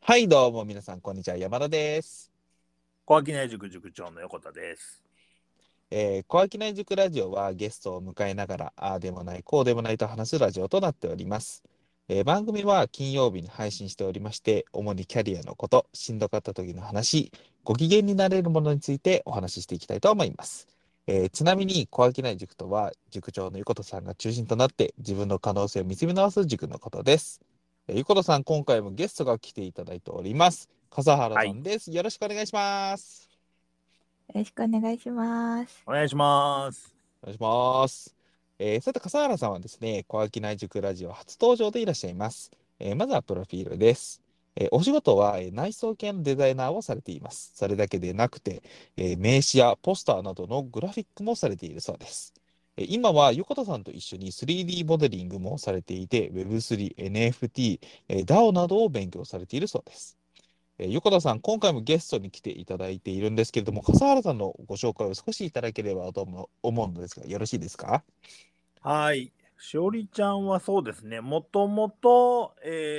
はい、どうも皆さん、こんにちは。山田です。 小商い塾塾長の横田です。 小商い塾ラジオはゲストを迎えながら、ああでもない、こうでもないと話すラジオとなっております。番組は金曜日に配信しておりまして、主にキャリアのこと、しんどかった時の話、ご機嫌になれるものについてお話ししていきたいと思います。ちなみに、小商い塾とは、塾長の横田さんが中心となって自分の可能性を見つめ直す塾のことです。横田さん、今回もゲストが来ていただいております。笠原はい、 さんです。よろしくお願いします。 よろしくお願いします。 お願いします。 お願いします。さて、笠原さんはですね、小商い塾ラジオ初登場でいらっしゃいます。まずはプロフィールです。お仕事は内装系のデザイナーをされています。それだけでなくて、名刺やポスターなどのグラフィックもされているそうです。今は横田さんと一緒に 3D モデリングもされていて、Web3、NFT、DAO などを勉強されているそうです。横田さん、今回もゲストに来ていただいているんですけれども、笠原さんのご紹介を少しいただければと思うのですが、よろしいですか？ はい。しおりちゃんはそうですね、もともと、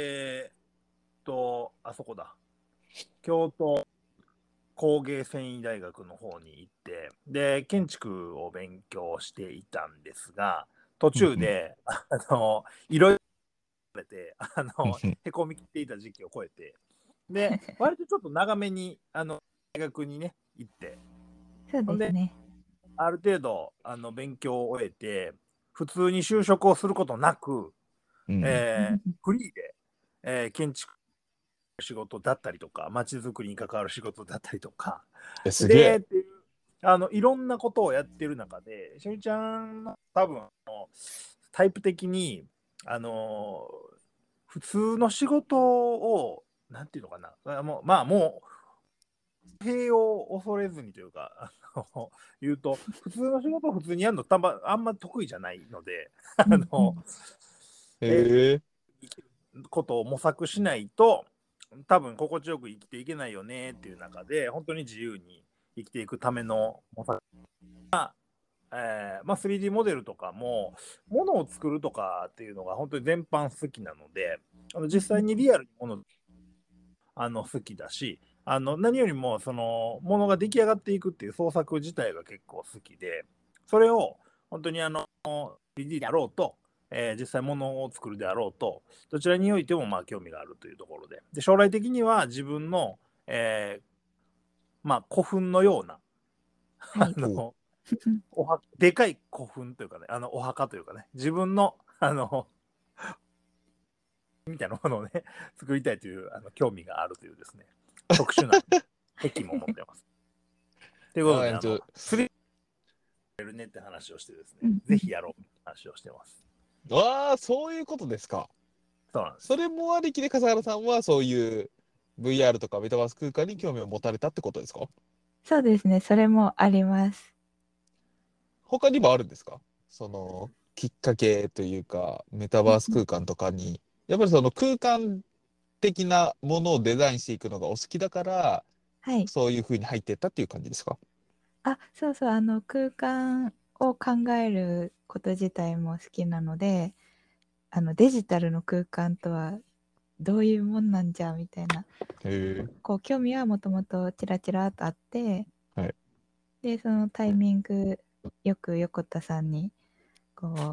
あそこだ。京都工芸繊維大学の方に行って、で、建築を勉強していたんですが、途うんうん中で、いろいろ食べて、 うんうんへこみきっていた時期を超えて、で、割とちょっと長めに、大学にね、行って、 そうほんで、 ですね。 ある程度勉強を終えて普通に就職をすることなく、 うんフリーで、建築仕事だったりとか街づくりに関わる仕事だったりとかすげえ。 でっていういろんなことをやってる中でしおりちゃんの多分タイプ的にあの普通の仕事をなんていうのかなもう塀を恐れずにというか、言うと、普通の仕事を普通にやるのあんま得意じゃないので、 うんうんへえ。 ことを模索しないと、多分心地よく生きていけないよねっていう中で、本当に自由に生きていくための模索。3D モデルとかも、ものを作るとかっていうのが本当に全般好きなので、実際にリアルにもの好きだし、何よりもそのものが出来上がっていくっていう創作自体が結構好きで、それを本当に3D であろうと、実際ものを作るであろうと、どちらにおいても興味があるというところで、将来的には自分の、古墳のようなはい。 おでかい古墳というかね、お墓というかね、自分のみたいなものをね作りたいという興味があるというですね、特殊な癖も持ってます。ということで、3D やるねって話をしてですね、 うんぜひやろうって話をしてます。 ああ、そういうことですか。 そうなんです。 それもありきで笠原さんはそういう VR とかメタバース空間に興味を持たれたってことですか？ そうですね。それもあります。 他にもあるんですか？そのきっかけというか、メタバース空間とかに、やっぱりその空間的なものをデザインしていくのがお好きだから、 はい。 そういう風に入ってったっていう感じですか？ そうそう。空間を考えること自体も好きなので、デジタルの空間とはどういうもんなんじゃみたいな、 へえ。 興味はもともとちらちらとあって、 はい。 で、そのタイミングよく横田さんに、こ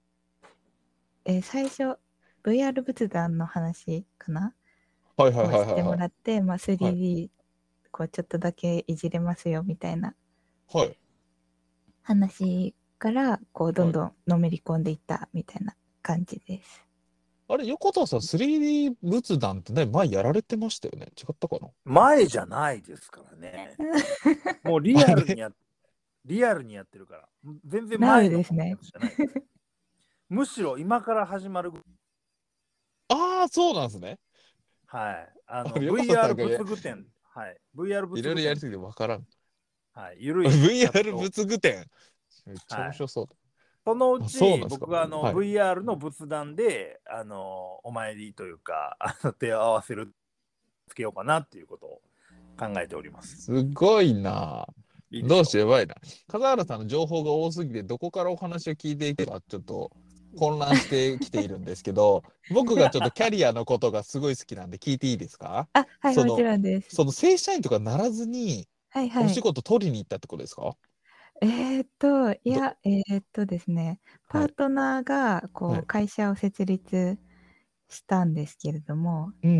最初、VR 仏壇の話かなはいはいをしてはいはいはい。 もらって、 はい。 3D ちょっとだけいじれますよみたいなはい。 話からどはい。 んどんのめり込んでいったみたいな感じです。 あれ、横田さん、3D 仏壇ってね、前やられてましたよね。違ったかな？ 前じゃないですからね。もうあれ、 リアルにやってるから。全然ナウ前のですね。 方のやつじゃないです。むしろ今から始まる、 ああ、そうなんですね。 はい。 あれ、横田さ VR んが仏具店、はい。VR い仏具店っていう、 ろいろやりすぎてわからん。 はい。ゆるいチャッ VR ト、 仏具店。めっちゃはい。 面白そうそのうだ。あ、そうなちんですか。 僕がはい。 VR の仏壇でお参りというか手を合わせるつけようかなっていうことを考えております。 すごいな。どういいでしょしようやばいな。笠原さんの情報が多すぎて、どこからお話を聞いていけば、ちょっと混乱してきているんですけど、僕がちょっとキャリアのことがすごい好きなんで聞いていいですか？ あ、はい、もちその、 ろんです。 その正社員とかならずにはいはい。 お仕事取りに行ったってことですか？ いど、 や、ですね、パはい。 ートナーがこうはい。 会社を設立したんですけれども、 うん。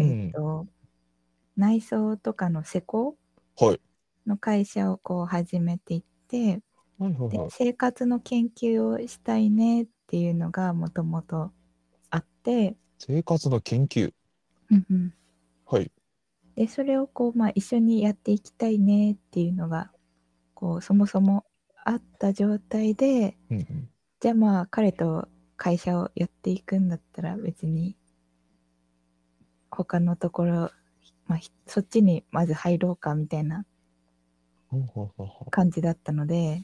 内装とかの施工はい。 の会社をこう始めていって、で、 はいはいはい。 生活の研究をしたいねっていうのがもともとあって、 生活の研究。 うんうん。 はい。 で、それをこう、一緒にやっていきたいねっていうのが、こう、そもそもあった状態で、 うんうん。 じゃあ彼と会社をやっていくんだったら別に他のところ、そっちにまず入ろうかみたいなほうほうほうほ感じだったので、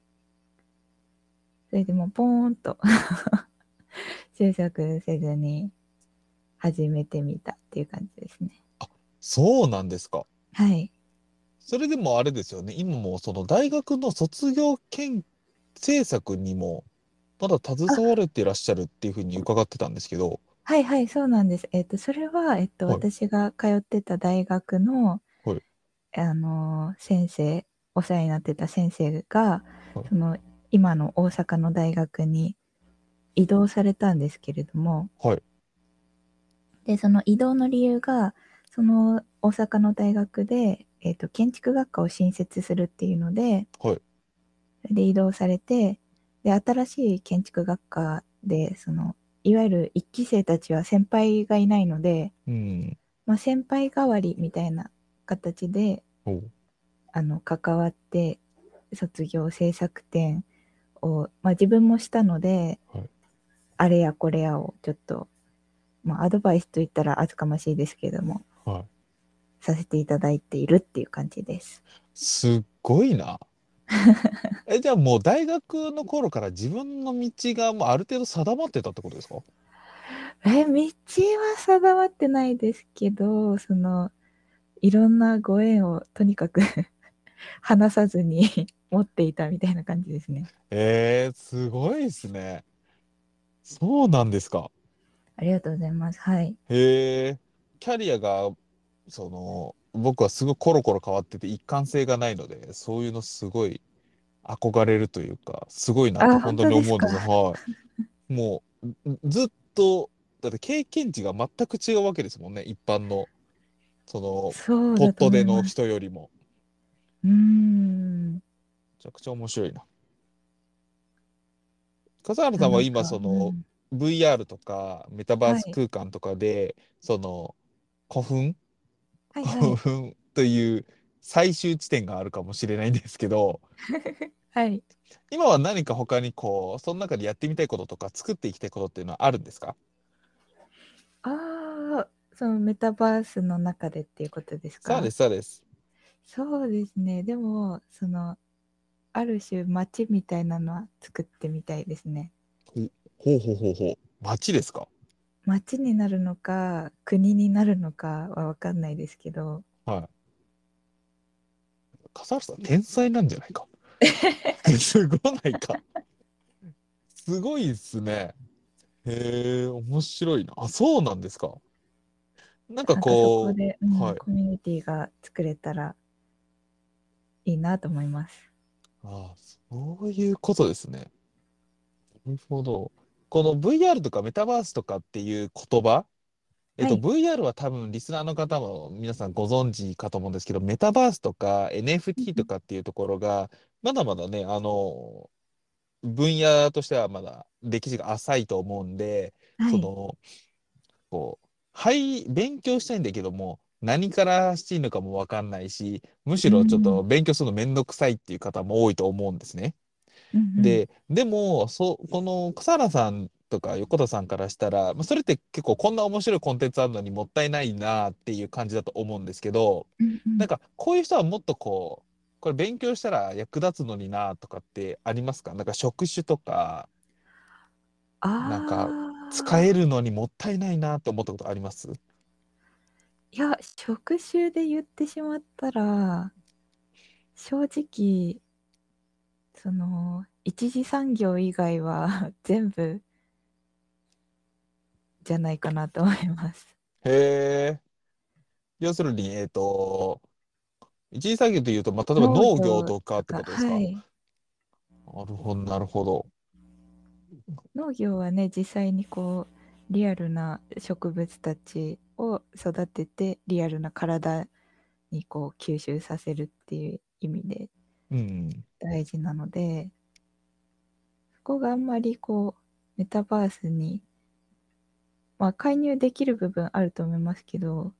それでもうポーンと就職せずに始めてみたっていう感じですね。 そうなんですか。 はい。 それでもあれですよね。今もその大学の卒業制作にもまだ携わあ、 れていらっしゃるっていうふうに伺ってたんですけど。 はいはい、そうなんです。それは、 はい。 私が通ってた大学の、 はい。 先生、お世話になってた先生が、 はい。 その、今の大阪の大学に移動されたんですけれども、 はい。 で、その移動の理由が、その大阪の大学で、建築学科を新設するっていうので、 はい。 それで移動されて、で、新しい建築学科で、いわゆる一期生たちは先輩がいないので、 うん。 先輩代わりみたいな形で、 おう。 関わって、卒業制作展を、自分もしたので、 はい。 あれやこれやをちょっと、アドバイスと言ったら厚かましいですけども、 はい。 させていただいているっていう感じです。 すっごいな。じゃあもう大学の頃から自分の道がもうある程度定まってたってことですか？ 道は定まってないですけど、いろんなご縁をとにかく離さずに持っていたみたいな感じですね。 すごいですね。そうなんですか。 ありがとうございます。はい。 へえ。キャリアが、僕はすごいコロコロ変わってて一貫性がないので、そういうのすごい憧れるというか、すごいなってあ、 本当に本当ですか。 思うんですよ。はい。もう、ずっと、だって経験値が全く違うわけですもんね。一般の、その、ポッそうだとトでの思います。 人よりも。 うーん。 めちゃくちゃ面白いな。笠原さんは今、 なんか、うん。 VR とかメタバーはい。 ス空間とかで、古墳古はいはい。 墳という最終地点があるかもしれないんですけど、 はい。 今は何か他にその中でやってみたいこととか作っていきたいことっていうのはあるんですか？ ああ、そのメタバースの中でっていうことですか？ そうです、そうです。 そうですね。でも、ある種街みたいなのは作ってみたいですね。 ほうほうほうほう。街ですか？ 街になるのか、国になるのかはわかんないですけど。 はい。笠原さん、天才なんじゃないか。すごないか。すごいですね。へえ、面白いな。あ、そうなんですか。なんかなんかそこで、 はい。 コミュニティが作れたらいいなと思います。 ああ、そういうことですね。なるほど。この VR とかメタバースとかっていう言葉、 はい。 VR は多分リスナーの方も皆さんご存知かと思うんですけど、メタバースとかうん NFT うん。 とかっていうところが、まだまだね、分野としてはまだ歴史が浅いと思うんで、 はい。 その、はい、勉強したいんだけども、何からしていいのかもわかんないし、むしうろちょっとん。 勉強するのめんどくさいっていう方も多いと思うんですね。 うんうん。 でも、この草原さんとか横田さんからしたら、まあそれって結構こんな面白いコンテンツあるのにもったいないなっていう感じだと思うんですけど、 うんうん。 なんかこういう人はもっとこれ勉強したら役立つのになとかってありますか？なんか職種とか、なんか使えああ、 るのにもったいないなって思ったことあります？ いや、職種で言ってしまったら、正直、一次産業以外は全部じゃないかなと思います。 へえ。要するに、一次産業というと、まあ、例えば農農業業とかってとか、 ことですか？ はい。 なるほど、なるほど。 農業はね、実際にこう、リアルな植物たちを育てて、リアルな体にこう吸収させるっていう意味でうん。 大事なので、そこがあんまりこう、メタバースに、まあ、介入できる部分あると思いますけど、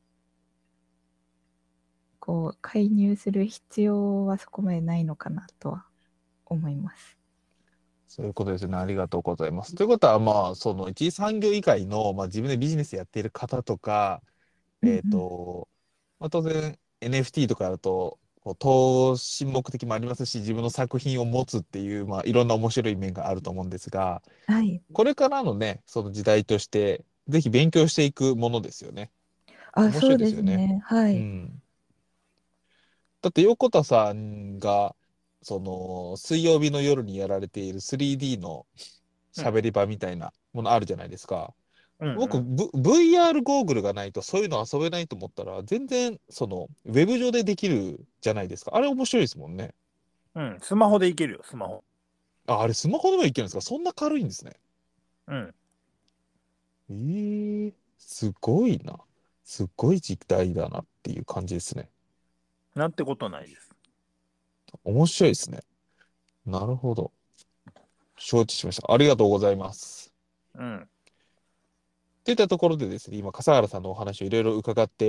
こう、介入する必要はそこまでないのかなとは思います。 そういうことですね。ありがとうございます。ということは、まあ、その一次産業以外の、まあ、自分でビジネスやっている方とか、 うんうん。 まあ、当然 NFT とかだと、こう投資目的もありますし、自分の作品を持つっていう、まあ、いろんな面白い面があると思うんですが、 はい。 これからのね、その時代として、ぜひ勉強していくものですよね。 あ、 面白いそうですよね。 ですね。はい。 うん。だって横田さんが、その、水曜日の夜にやられている 3D のうん。 喋り場みたいなものあるじゃないですか。僕、 うんうん。 VR ゴーグルがないとそういうの遊べないと思ったら、全然、その、ウェブ上でできるじゃないですか。あれ面白いですもんね。 うん。スマホでいけるよ、スマホ。 あ、あれスマホでもいけるんですか？そんな軽いんですね。 うん。 すごいな。すごい時代だなっていう感じですね。 なんてことないです。 面白いですね。なるほど。承知しました。ありがとうございます。 うん。 といったところでですね、今、笠原さんのお話をいろいろ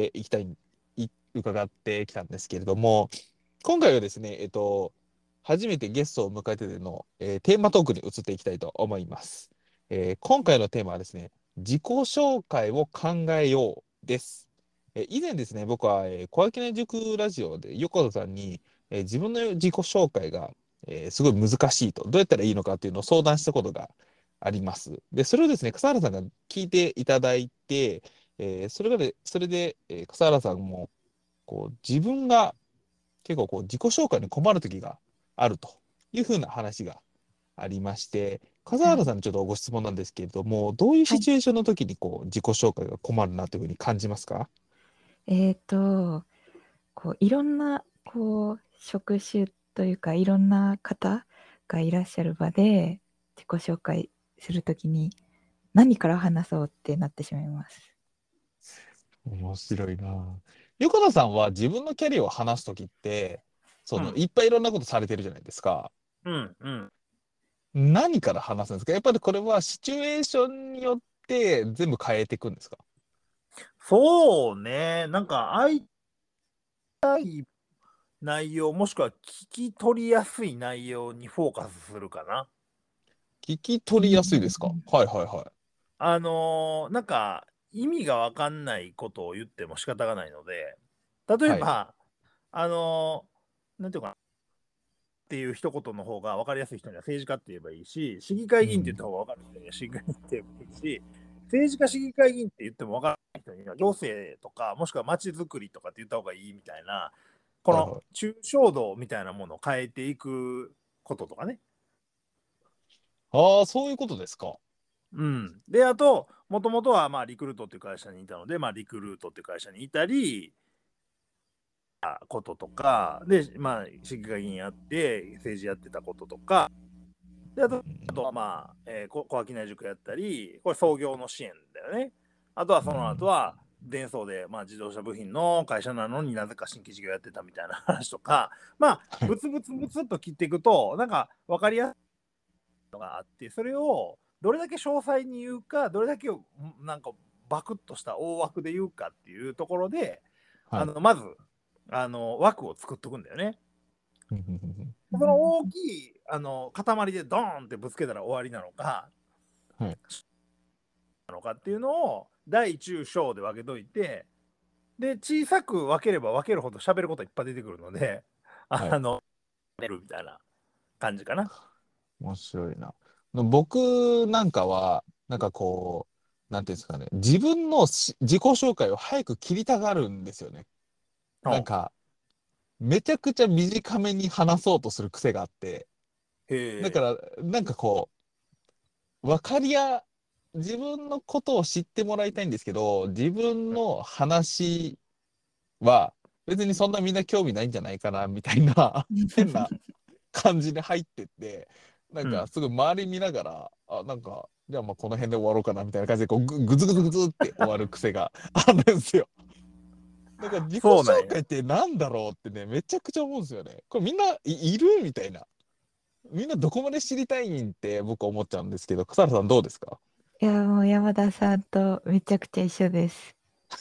伺ってきたんですけれども、今回はですね、初めてゲストを迎えてでの、テーマトークに移っていきたいと思います。今回のテーマはですね、自己紹介を考えようです。以前ですね、僕は、小商い塾ラジオで横田さんに、自分の自己紹介が、すごい難しいと、どうやったらいいのかっていうのを相談したことがあります。で、それをですね、笠原さんが聞いていただいて、それで、笠原さんも、こう、自分が結構こう自己紹介に困る時があるというふうな話がありまして、笠はい。 原さんにちょっとご質問なんですけれども、どういうはい。 シチュエーションの時にこう自己紹介が困るなというふうに感じますか？ えっと、こういろんなこう職種というかいろんな方がいらっしゃる場で自己紹介するときに何から話そうってなってしまいます。 面白いな。横田さんは自分のキャリアを話す時って、そのうん。 いっぱいいろんなことされてるじゃないですか。 うん。うん。 何から話すんですか？やっぱりこれはシチュエーションによって全部変えていくんですか？ そうね。なんか、会いたい内容、もしくは聞き取りやすい内容にフォーカスするかな。 聞き取りやすいですか？はいはいはい。 なんか、意味がわかんないことを言っても仕方がないので、例えはい。 ば、なんていうかなっていう一言の方が分かりやすい人には政治家って言えばいいし、市議会議員って言ったうん。 方が分かる人には市議会議員って言えばいいし、政治家、市議会議員って言っても分からない人には行政とか、もしくは街づくりとかって言った方がいいみたいな、このはいはい。 抽象度みたいなものを変えていくこととかね。 ああ、そういうことですか。 うん。で、あと、もともとはまあリクルートっていう会社にいたので、まあリクルートっていう会社にいたり、こととか、で、まあ市議会議員やって、政治やってたこととか、で、あとはまあ、小商い塾やったり、これ創業の支援だよね。あとはその後は、デンソーで、まあ、自動車部品の会社なのになぜか新規事業やってたみたいな話とか、まあ、 はい。 ブツブツブツっと切っていくと、なんか分かりやすいのがあって、それをどれだけ詳細に言うか、どれだけなんかバクッとした大枠で言うかっていうところで、 はい。 まず、枠を作っとくんだよね。 うんその大きい塊でドーンってぶつけたら終わりなのか、 はい。 なのかっていうのを大中小で分けといて、で小さく分ければ分けるほど喋ることいっぱい出てくるので、 はい。 出るみたいな感じかな。 面白いな。僕なんかは、なんかこう、なんていうんですかね、自分の自己紹介を早く切りたがるんですよね。 うん。 なんか、めちゃくちゃ短めに話そうとする癖があって、 へえ。 だから、なんかこう、わかりや自分のことを知ってもらいたいんですけど、自分の話は別にそんなみんな興味ないんじゃないかなみたいな変な感じで入ってって、なんうんかすぐ周り見ながら、なんか、じゃあまあこの辺で終わろうかなみたいな感じでこうぐずぐずぐずって終わる癖があるんですよ。なんか自己そうなんや。 紹介ってなんだろうってね、めちゃくちゃ思うんですよね。これみんないるみたいな。みんなどこまで知りたいんって僕は思っちゃうんですけど、笠原さんどうですか？ いや、もう山田さんとめちゃくちゃ一緒です。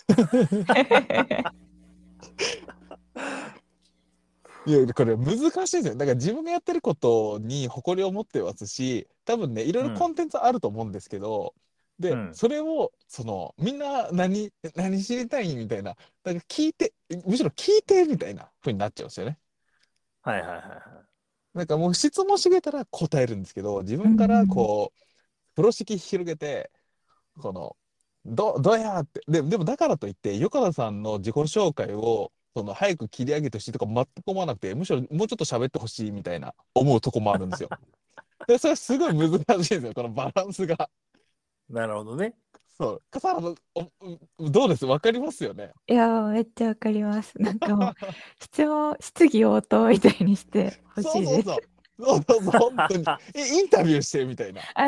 いや、これ難しいですよ。だから自分がやってることに誇りを持ってますし、多分ね、いろいろコうん。 ンテンツあると思うんですけど、で、 うん。 それを、みんな何知りたいみたいな、だから聞いて、むしろ聞いてみたいな風になっちゃうんですよね。 はいはいはいはなんかもう質問してくれたら答えるんですけど、自うんう分からんこう、風呂敷広げて、この、どうやって、でもだからといって、横田さんの自己紹介を、早く切り上げてほしいとか全く思わなくて、むしろもうちょっと喋ってほしいみたいな思うとこもあるんですよ。で、それすごい難しいんですよ、このバランスが。 い。なるほどね。 そう、笠原さん、どうですわかりますよね。 いや、めっちゃわかります。なんかもう、質疑応答みたいにしてほしいです。 そうそうそう。そうそうそう、本当に。インタビューしてみたいな。 あ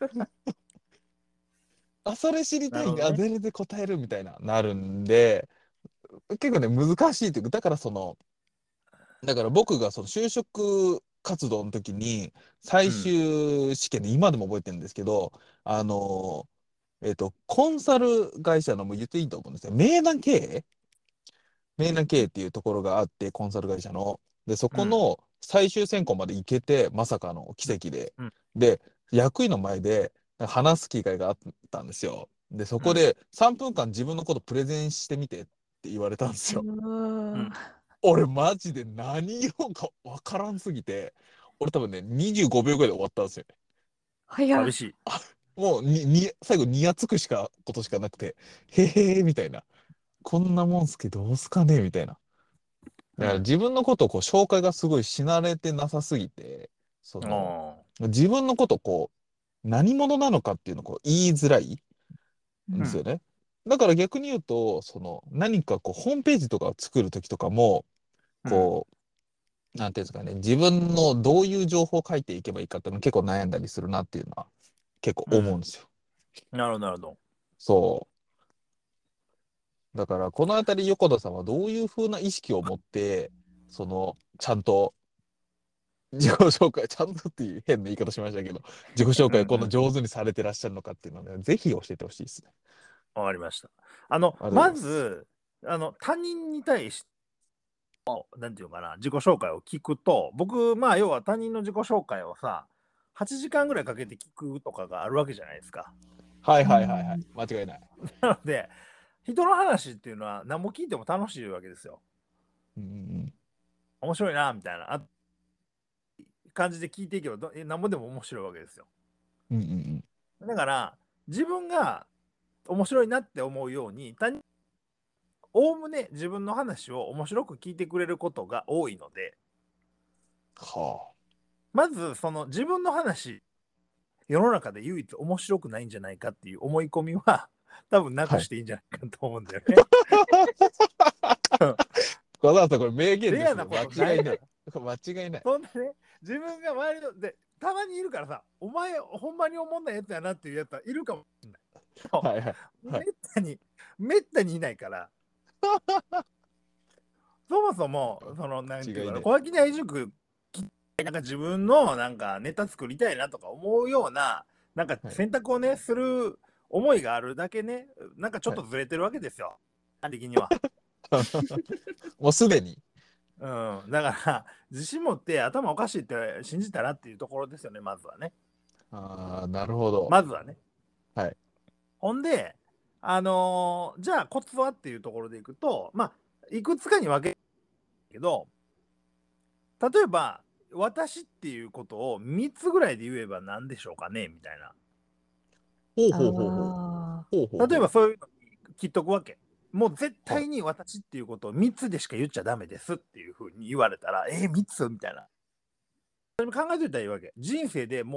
それ知りたいんで、 なるほどね。 全然答えるみたいな、なるんで、結構ね、難しいというか、だから僕がその就職活動の時に最うん。 終試験で今でも覚えてるんですけど、あのコンサル会社のもう言っていいと思うんですよ。明南経営っていうところがあって、コンサル会社の。で、そうん。 この最終選考まで行けて、まさかの奇うん。 跡で。 うん。 で、役員の前で話す機会があったんですよ。で、そうん。 こで3分間自分のことプレゼンしてみてって言われたんですよ。 うん。 俺マジで何言おうか分からんすぎて、俺多分ね、25秒ぐらいで終わったんですよね。 早っ。 寂しい。 もう最後にやつくことしかなくて、へへーみたいな。こんなもんすけどうすかねみたいな。だからうん。 自分のことをこう紹介がすごいし慣れてなさすぎて、 ああ。 自分のことをこう、何者なのかっていうのをこう言いづらいんうん。 ですよね。だから逆に言うと、何かこう、ホームページとかを作るときとかも、 うん。 こなんていうんですかね、自分のどういう情報を書いていけばいいかっていうの結構悩んだりするなっていうのは結構うん。 思うんですよ。 なるほど、なるほど。 そう。だからこのあたり横田さんはどういうふうな意識を持って、ちゃんと自己紹介、ちゃんとっていう変な言い方しましたけど、自己紹うんう介をこのん。 上手にされてらっしゃるのかっていうのをね、ぜひ教えてほしいですね。 わかりました。 ありがとうございまます。 ず、他人に対して、なんていうのかな、自己紹介を聞くと、僕、まあ、要は他人の自己紹介をさ、8時間ぐらいかけて聞くとかがあるわけじゃないですか。 はいうはいはいはい。 ん間違いない。 なので、人の話っていうのは何も聞いても楽しいわけですよ。 うんうん面白いな、みたいな感じで聞いていけば何もでも面白いわけですよ。 うんうんうんだから、自分が面白いなって思うように、おおむね自分の話を面白く聞いてくれることが多いので、 はまずその自分の話、世の中で唯一面白くないんじゃないかっていう思い込みは、多分なあ。はい。 くしていいんじゃないかと思うんだよね。 小沢さん、これ名言ですね。 レアなことないね。 間違いない。間違いない。 そんなね、自分が周りの、で、たまにいるからさ、お前、ほんまに思んないやつやなっていうやつはいるかもしれない。そはいはい。 う。 はい。 めったにいないから、そもそも、なんていうかな、 違いね。 小垣内塾、なんか自分のなんかネタ作りたいなとか思うような、なんかはい。 選択をね、する思いがあるだけね、なんかちょっはい。 とずれてるわけですよ。基本的には。 もうすでに。 うん。だから、自信持って頭おかしいって信じたらっていうところですよね、まずはね。 ああ、なるほど。 まずはね。 はい。 ほんで、じゃあコツはっていうところでいくと、まあ、いくつかに分けるけど、例えば、私っていうことを3つぐらいで言えば何でしょうかねみたいな。 ほうあほうほうほう。 あ、 ほうほうほ例えばそういうの切っとくわけ。もう絶う。はい。 対に私っていうことを3つでしか言っちゃダメですっていうふうに言われたら、3つみたいな。それも考えといたらいいわけ。人生でも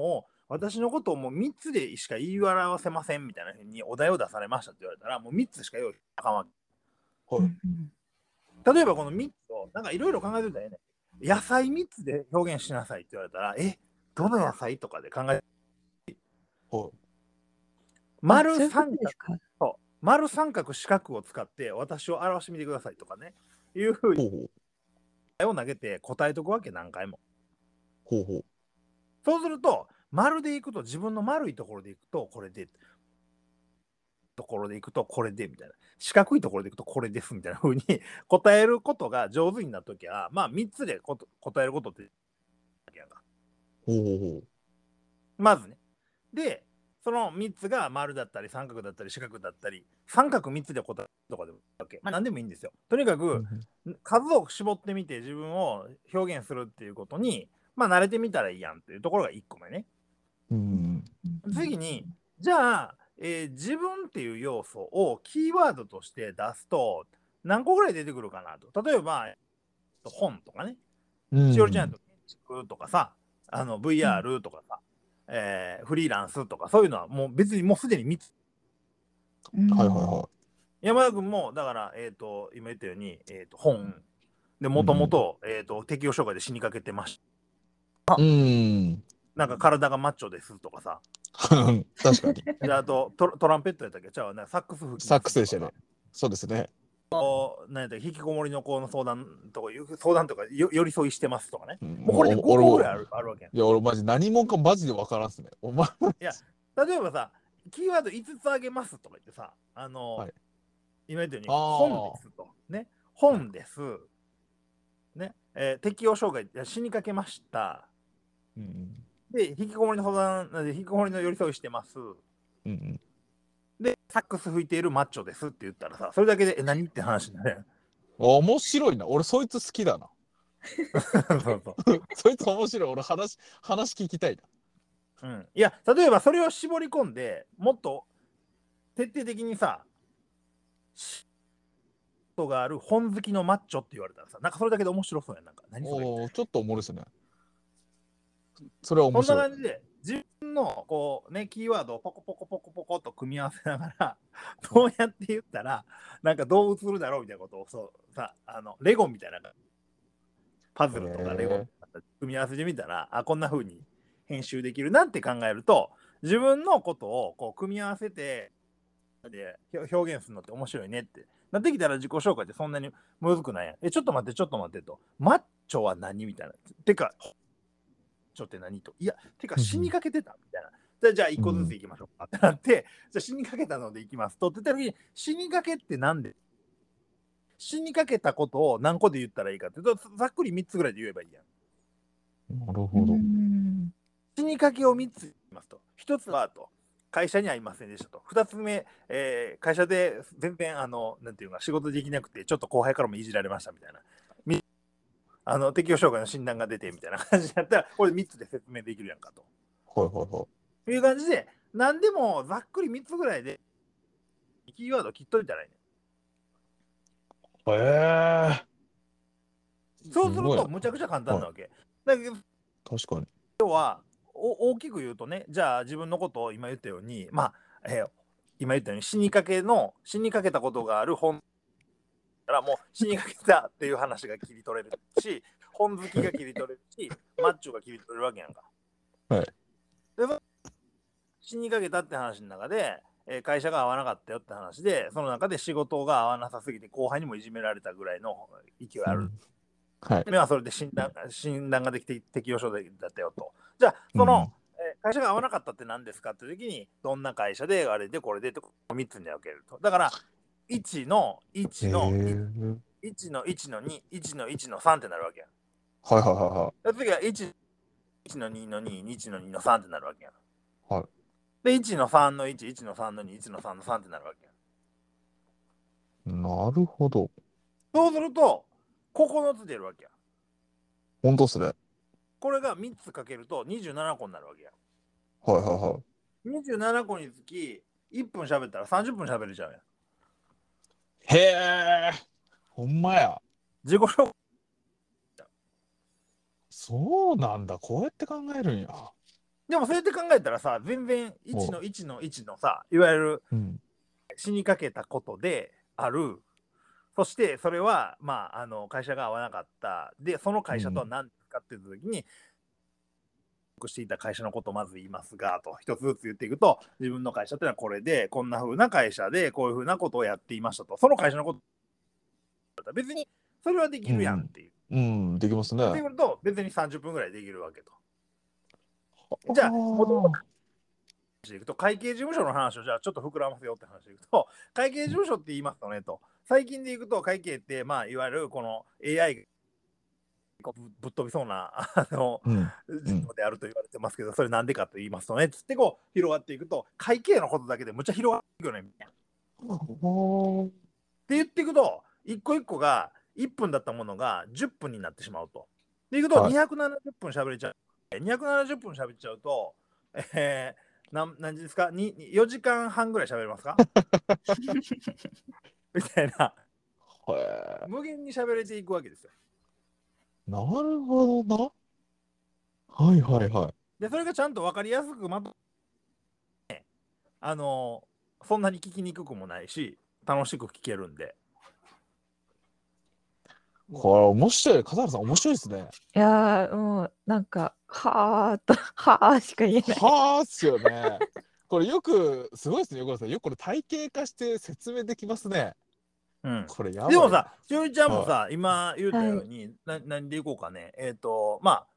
私のことをもう3つでしか言い表せませんみたいなふうにお題を出されましたって言われたら、もう3つしか用意しなあかんわけ。 はい。 例えばこの3つをなんかいろいろ考えてたらね、野菜3つで表現しなさいって言われたら、どの野菜とかで考えて、 はい。 丸そういうこと三角、 ですか。 そう丸三角四角を使って私を表してみてくださいとかね、いうふうにほうほう。 を投げて答えとくわけ、何回も。 ほうほう。 そうすると、丸でいくと自分の丸いところでいくとこれで、ところでいくとこれでみたいな、四角いところでいくとこれですみたいな風に答えることが上手になっときゃ、まあ3つで答えることってやんか。 ほうほうほう。 まずね。で、その3つが丸だったり三角だったり四角だったり、三角3つで答えるとかでもいいわけ。まあ何でもいいんですよ。とにかく数を絞ってみて自分を表現するっていうことに、まあ慣れてみたらいいやんっていうところが1個目ね。 うん。 次に、じゃあ、自分っていう要素をキーワードとして出すと何個ぐらい出てくるかなと。例えば、本とかね、しおりちゃんと建築とかさ、VR とかさ、フリーランスとか、そういうのはもう別にもうすでに3つ。 はいはいは山田君も、だから、今言ったように、本でもともと適応障害で死にかけてました。なんか体がマッチョですとかさ。 確かに。 であとトランペットやったっけ、じゃあサックス吹きサッますとかクスでしたね。そうですね。 なんやったら引きこもりの子の相談とか寄り添いしてますとかね。もうこもれで5 俺も、 個ぐらいあるわけやん。 いや、俺マジ何者かマジで分からんっすね。お前。 いや、例えばさ、キーワード5つあげますとか言ってさ、 はい。 今言ったように、 あ本であ。 すと。ね。本です。ね。適応障害、死にかけました。 うんで、引きこもりの相談、引きこもりの寄り添いしてます。 うん。 で、サックス吹いているマッチョですって言ったらさ、それだけで、何って話になるやん。 面白いな。俺そいつ好きだな。 そうそう。 そいつ面白い。俺話聞きたいな。 いや、例えばそれを絞り込んで、もっと徹底的にさ、人がある本好きのマッチョって言われたらさ、なんかそれだけで面白そうやん。なんか、何それ。 ちょっとおもろいですね。それはそんな面白い。 感じで、自分のこうね、キーワードをポコポコポコポコと組み合わせながら、どうやって言ったら、なんかどう映るだろうみたいなことをさ、レゴみたいな、パズルとかレゴ組み合わせてみたら、こんな風に編集できるなって考えると、自分のことをこう組み合わせてで表現するのって面白いねってなってきたら、自己紹介ってそんなにむずくないやん。ちょっと待ってと。マッチョは何みたいな。てか、マッチョって何と。いや、てか死にかけてたみたいな。じゃあ1個ずついきましょうかってなって、じゃあ死にかけたのでいきますとって言った時に、死にかけってなんで死にかけたことを何個で言ったらいいかっていうと、ざっくり3つぐらいで言えばいいやん。 なるほど。 死にかけを3つ言いますと。1つは会社にはいませんでしたと。2つ目、会社で全然なんていうか仕事できなくてちょっと後輩からもいじられましたみたいな。適応障害の診断が出てみたいな感じだったら、これ3つで説明できるやんかと。 はいはいはい。 いう感じで、何でもざっくり3つぐらいでキーワード切っといたらいいね。 へえ。 そうするとむちゃくちゃ簡単なわけ。だけど確かに。 要は大きく言うとね、じゃあ自分のことを今言ったように、今言ったように死にかけたことがある本からもう死にかけたっていう話が切り取れるし、本好きが切り取れるし、マッチョが切り取れるわけやんか。 はい。 で死にかけたって話の中で、会社が合わなかったよって話で、その中で仕事が合わなさすぎて後輩にもいじめられたぐらいの勢いある。 はい。 ではそれで診断ができて適応症だったよと。じゃあその、会社が合わなかったって何ですかって時に、どんな会社であれでこれでって3つに分けると。だから1の1の1の1の2、1の1の3ってなるわけやん。 はいはいはいはい。 次は1の2の2、1の2の3ってなるわけやん。 はい。 で、1の3の1、1の3の2、1の3の3ってなるわけやん。 なるほど。 そうすると、9つ出るわけや。 本当っすね。 これが3つかけると27個になるわけや。 はいはいはい。 27個につき1分喋ったら30分喋れちゃうやん。 へえ。ほんまや。 自己紹介。 そうなんだ。こうやって考えるんや。 でもそうやって考えたらさ、全然1の1の1のさ、いわゆるうん。 死にかけたことである。そしてそれは、まあ、会社が合わなかった。で、その会社とは何ですかっていう時に、していた会社のことをまず言いますが、と一つずつ言っていくと、自分の会社っていうのはこれで、こんな風な会社で、こういう風なことをやっていましたと。その会社のことだったら別にそれはできるやんっていう。 うん、できますね。 ってくると、別に30分ぐらいできるわけと。じゃあ、もともとでいくと会計事務所の話をじゃあちょっと膨らませようって話でいくと、会計事務所って言いますとねと、最近でいくと会計って、まあ、いわゆるこの AI がぶっ飛びそうなうん。 事業であると言われてますけど、それなんでかと言いますとね、つってこう広がっていくと、会計のことだけでむっちゃ広がっていくよね、みたいな。って言っていくと、一個一個が1分だったものが10分になってしまうと。でいくと、 はい 270分喋れちゃう。270分喋っちゃうと、何時ですか4時間半ぐらい喋れますかみたいな。 へ無限に喋れていくわけですよ。 え、なるほどな。はいはいはい。 で、それがちゃんと分かりやすくまとめ、そんなに聞きにくくもないし、楽しく聞けるんで。 これ面白い。笠原さん面白いですね。 いやー、もうなんか、はーと、はーしか言えない。 はあっすよね。これよく、すごいですね、横田さん。よくこれ体系化して説明できますね。 うん。 これやばい。 でもさ、しおりちゃんもはさ、今言ったように、何でいこうかね。まあ、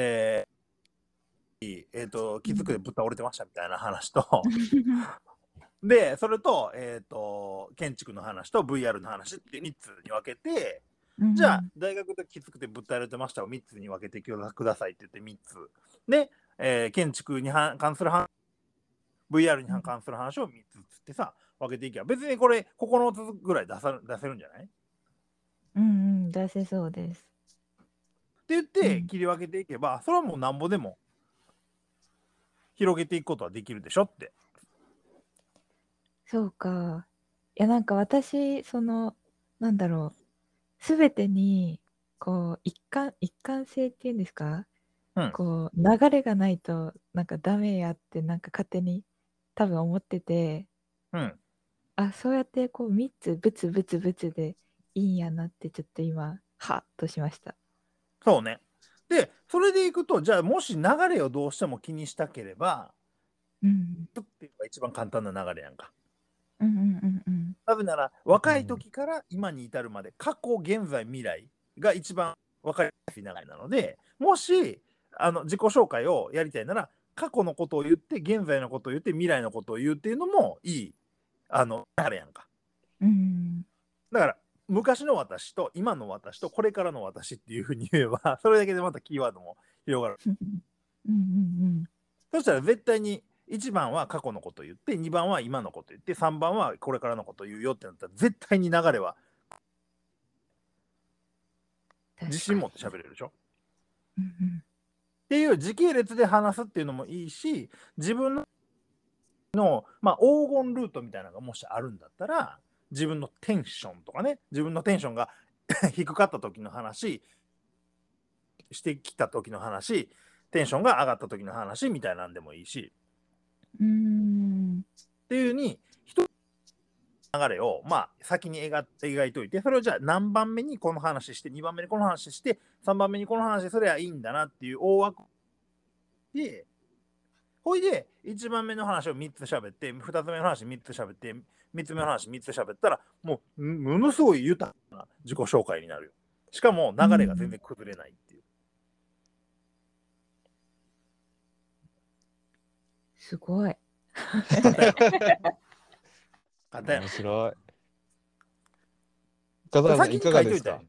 気づくでぶっ倒れてましたみたいな話と、で、それと、建築の話と VR の話って3つに分けて、 うんじゃあ、大学できつくてぶっ倒れてましたを3つに分けてくださいって言って3つ。で、建築に関する話、VR に関する話を3つってさ、分けていけば、別にこれ9つぐらい出せるんじゃないってうんうん、出せそうです。 言って切り分けていけば、それはもうなんぼでも広げていくことはできるでしょって。 そうか。いや、なんか私、なんだろう、すべてに、こう、一貫性っていうんですか、 うん。 こう、流れがないと、なんかダメやって、なんか勝手に多分思ってて、 うん。 あ、そうやってこう、3つ、ブツブツブツでいいんやなって、ちょっと今、はっとしました。 そうね。で、それでいくと、じゃあ、もし流れをどうしても気にしたければ、 うん。 っていうのが一番簡単な流れやんか。 うんうんうんうん。 なぜなら、若い時から今に至るまで、過去、現在、未来が一番分かりやすい流れなので、もし、自己紹介をやりたいなら、過去のことを言って、現在のことを言って、未来のことを言うっていうのもいい、流れやんか。 うんだから、昔の私と今の私とこれからの私っていうふうに言えば、それだけでまたキーワードも広がる。 うんうんうんそしたら絶対に1番は過去のことを言って、2番は今のことを言って、3番はこれからのことを言うよってなったら、絶対に流れはうん。 自信持って喋れるでしょ。 うんうんっていう時系列で話すっていうのもいいし、自分の、まあ、黄金ルートみたいなのがもしあるんだったら、自分のテンションとかね、自分のテンションが低かった時の話、してきた時の話、テンションが上がった時の話みたいなんでもいいし、っていう風に、一つの流れを、まあ、先に描いといて、それをじゃあ何番目にこの話して、2番目にこの話して、3番目にこの話すればいいんだなっていう大枠で、ほいで、1番目の話を3つ喋って、2つ目の話3つ喋って、3つ目の話3つ喋ったら、もう、ものすごい豊かな自己紹介になるよ。しかも、流れが全然崩れないっていう。 すごい。 簡単や面白い。笠原さん、いかがですか？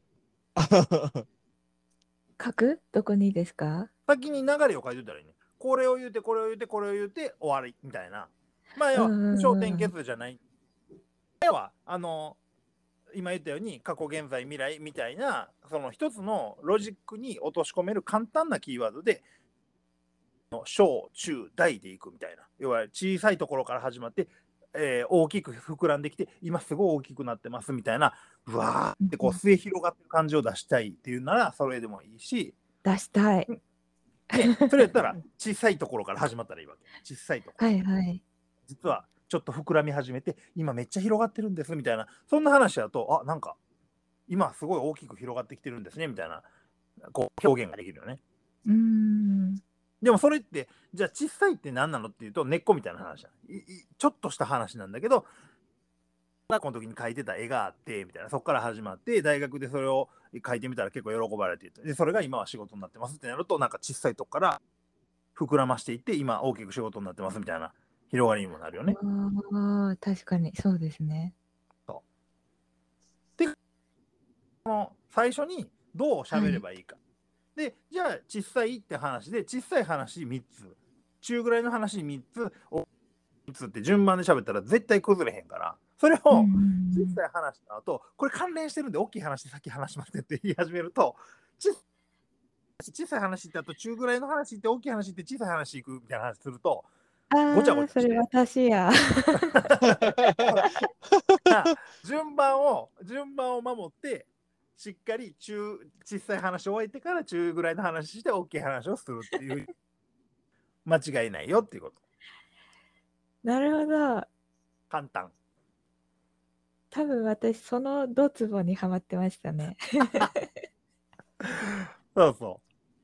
書いといたらいいね。 書くどこにですか？ 先に流れを書いといたらいいね。これを言うて、これを言うて、これを言うて、終わりみたいな。まあ、要は、焦点結じゃない。要は、今言ったように、過去、現在、未来みたいな、その一つのロジックに落とし込める簡単なキーワードで、小、中、大でいくみたいな。要は、小さいところから始まって、大きく膨らんできて、今すごい大きくなってますみたいな、うわーってこう末広がってる感じを出したいっていうなら、それでもいいし、 出したい。 で、それやったら小さいところから始まったらいいわけ。小さいところ。 はいはい。 実はちょっと膨らみ始めて、今めっちゃ広がってるんですみたいな、そんな話だと、なんか今すごい大きく広がってきてるんですねみたいなこう表現ができるよね。でもそれってじゃあ小さいって何なのっていうと根っこみたいな話だ。ちょっとした話なんだけど、学校の時に描いてた絵があってみたいな、そこから始まって大学でそれを描いてみたら結構喜ばれていて、でそれが今は仕事になってますってなると、なんか小さいとこから膨らましていって今大きく仕事になってますみたいな広がりにもなるよね。 確かにそうですね。 そうで、最初にどう喋ればいいか、でじゃあ小さいって話で小さい話3つ、中ぐらいの話3つ、大3つって順番で喋ったら絶対崩れへんから、それを小さい話の後、これ関連してるんで大きい話で先話しますって言い始めると、小さい話ってあと中ぐらいの話って大きい話って小さい話いくみたいな話するとごちゃごちゃして、 それ私や。 順番を守ってしっかり小さい話を終えてから中ぐらいの話して大きい話をするっていう間違いないよっていうこと。 なるほど。 簡単。 多分私そのドツボにはまってましたね。 そうそう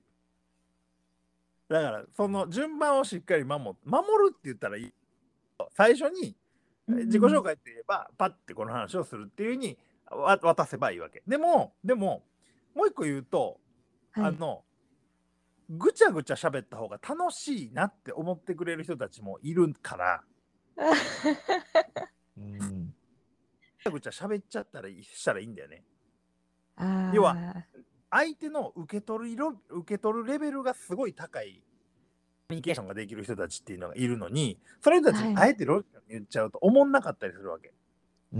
。だからその順番をしっかり守るって言ったらいい。最初に自己紹介って言えばパッてこの話をするっていう風に渡せばいいわけ。でももう一個言うと、 はい、 ぐちゃぐちゃ喋った方が楽しいなって思ってくれる人たちもいるから、 うん、 ぐちゃぐちゃ喋っちゃったらしたらいいんだよね。 あ要はあ、 相手の受け取るレベルがすごい高いコミュニケーションができる人たちっていうのがいるのに、それたちにあえてロジカルに言っちゃうと思んなかったりするわけ。 うん、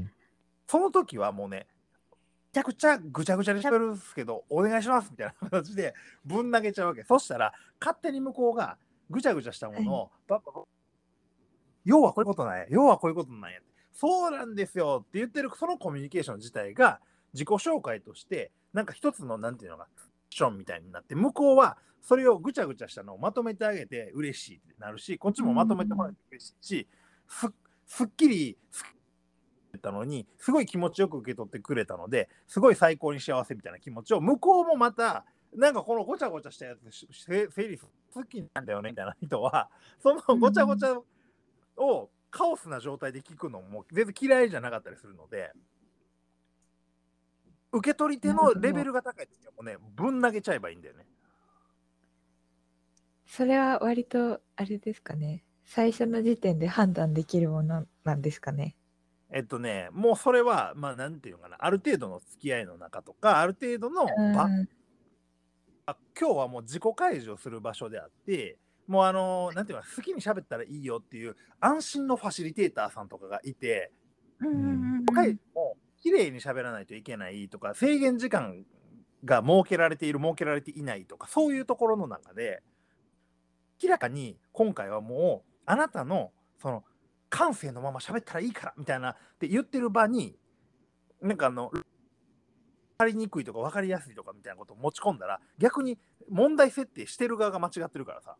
その時はもうね、めちゃくちゃぐちゃぐちゃに喋るんですけどお願いしますみたいな形でぶん投げちゃうわけ。そしたら勝手に向こうがぐちゃぐちゃしたものを要はこういうことなんや、要はこういうことなんや、そうなんですよって言ってるそのコミュニケーション自体が自己紹介としてなんか一つのなんていうのかションみたいになって、向こうはそれをぐちゃぐちゃしたのをまとめてあげて嬉しいってなるし、こっちもまとめてもらって嬉しいし、すっきりたのにすごい気持ちよく受け取ってくれたので、すごい最高に幸せみたいな気持ちを向こうもまたなんかこのごちゃごちゃしたやつ整理好きなんだよねみたいな人は、そのごちゃごちゃをカオスな状態で聞くのも全然嫌いじゃなかったりするので、受け取り手のレベルが高い時はもうねぶん投げちゃえばいいんだよね。 それは割とあれですかね。最初の時点で判断できるものなんですかね。 もうそれはまあなんていうのかな、ある程度の付き合いの中とかある程度の場、今日はもう自己開示をする場所であって、もうなんていうのかな、好きに喋ったらいいよっていう安心のファシリテーターさんとかがいて、開示も綺麗に喋らないといけないとか、制限時間が設けられている設けられていないとか、そういうところの中で明らかに今回はもうあなたのその感性のまま喋ったらいいからみたいなって言ってる場に、なんか分かりにくいとか分かりやすいとかみたいなことを持ち込んだら、逆に問題設定してる側が間違ってるからさ。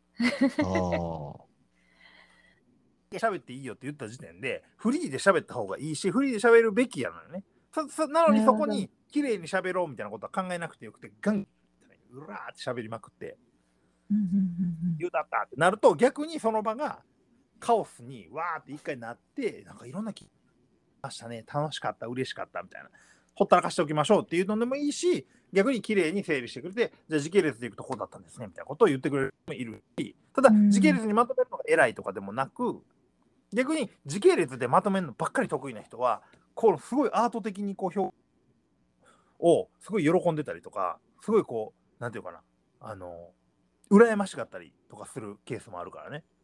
喋っていいよって言った時点でフリーで喋った方がいいし、フリーで喋るべきやのよね。なのにそこに綺麗に喋ろうみたいなことは考えなくてよくて、ガンうらーって喋りまくって言うだったってなると、逆にその場がカオスにわーって一回なって、なんかいろんな気ましたね、楽しかった、嬉しかったみたいな、ほったらかしておきましょうっていうのでもいいし、逆に綺麗に整理してくれて、じゃあ時系列でいくとこうだったんですねみたいなことを言ってくれる人もいるし、ただ時系列にまとめるのが偉いとかでもなく、逆に時系列でまとめるのばっかり得意な人は、こうすごいアート的にこう表をすごい喜んでたりとか、すごいこうなんていうかな、羨ましかったりとかするケースもあるからね。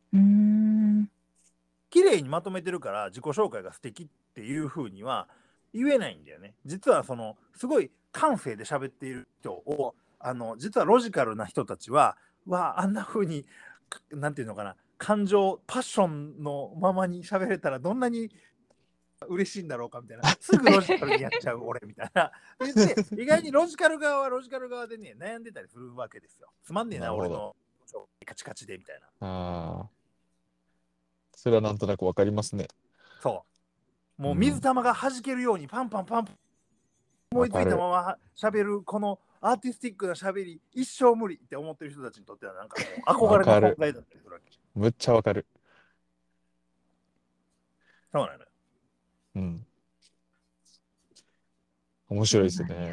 綺麗にまとめてるから自己紹介が素敵っていう風には言えないんだよね。実はそのすごい感性で喋っている人を実はロジカルな人たちはあんな風になんていうのかな、感情パッションのままに喋れたらどんなに嬉しいんだろうかみたいな、すぐロジカルにやっちゃう俺みたいな。言って意外にロジカル側はロジカル側でね、悩んでたりするわけですよ。つまんねえな、 なるほど俺のカチカチでみたいな。 ああ、それはなんとなくわかりますね。 そう。もう水玉が弾けるようにパンパンパンパン思いついたまま喋るこのアーティスティックな喋り一生無理って思ってる人たちにとってはなんかもう憧れの存在だったりするわけ。 むっちゃわかる。 そうなのよ。 うん。面白いですね。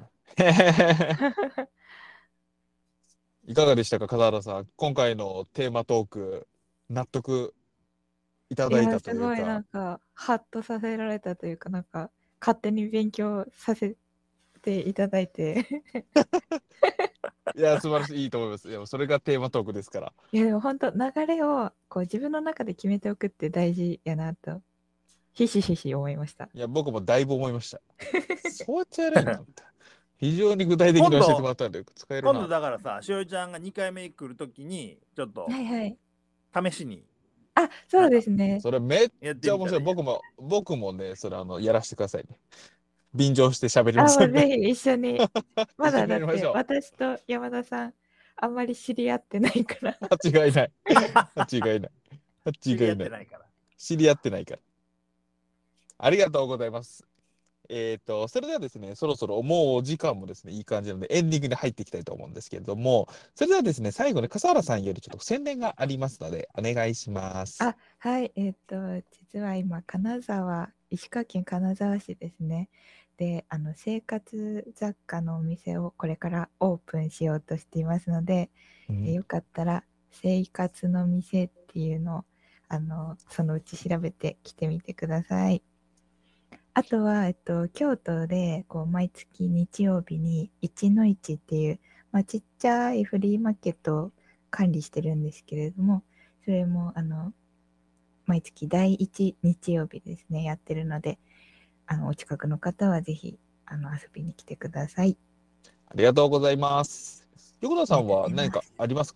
いかがでしたか、笠原さん。今回のテーマトーク、納得いただいたというすごいなんか。 かハッとさせられたというか、なんか勝手に勉強させていただいていや、素晴らしい、いいと思います。いや、それがテーマトークですから。 いやでも本当流れをこう自分の中で決めておくって大事やなとひしひし思いました。 いや、僕もだいぶ思いました。そうやってやれんのって。非常に具体的に教えてもらったんで、使えるな。 今度だからさ、しおりちゃんが2回目来るときに、ちょっとはいはい。 試しにあ、そうですね。 それめっやってちゃ面白い。 みたらいいやん。 僕もね、それやらせてくださいね。便乗して喋りまあ、 すんで。 もうぜひ一緒に。ま一緒だだってにやりましょう。 私と山田さん、あんまり知り合ってないから。 間違いない。間違いない。 知り合間違いない。 ってないから。 知り合ってないから。ありがとうございます。それではですね、そろそろもうお時間もですね、いい感じなので、エンディングに入っていきたいと思うんですけれども、それではですね、最後に笠原さんよりちょっと宣伝がありますので、お願いします。 あ、はい。実は今、石川県金沢市ですね。で、生活雑貨のお店をこれからオープンしようとしていますので、よかったら、生活の店っていうのを、そのうち調べて来てみてください。あとは、京都で毎月日曜日に一の市っていう、ちっちゃいフリーマーケットを管理してるんですけれども、それも毎月第1日曜日ですね、やってるので、お近くの方はぜひ遊びに来てください。 ありがとうございます。横田さんは何かありますか？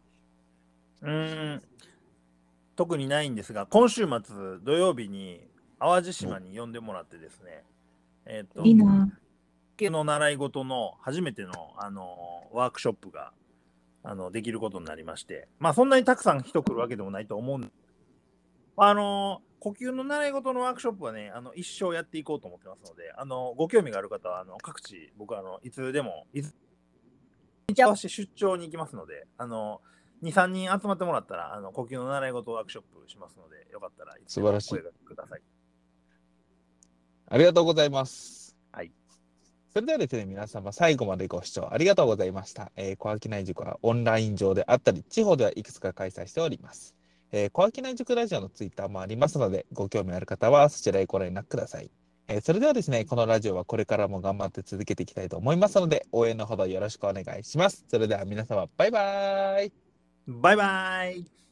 特にないんですが、今週末土曜日に淡路島に呼んでもらってですね、 いいな。 の習い事の初めての、ワークショップができることになりまして、そんなにたくさん人来るわけでもないと思うんです。呼吸の習い事のワークショップはね、一生やっていこうと思ってますので、ご興味がある方は各地、僕はいつでも合わせて出張に行きますので、2、3人集まってもらったら呼吸の習い事ワークショップしますので、よかったらいつでも声がください。 ありがとうございます。 はい。 それではですね、皆様最後までご視聴ありがとうございました。小商い塾はオンライン上であったり、地方ではいくつか開催しております。小商い塾ラジオのツイッターもありますので、ご興味ある方はそちらへご連絡ください。それではですね、このラジオはこれからも頑張って続けていきたいと思いますので、応援のほどよろしくお願いします。それでは皆様、バイバーイ。 バイバーイ。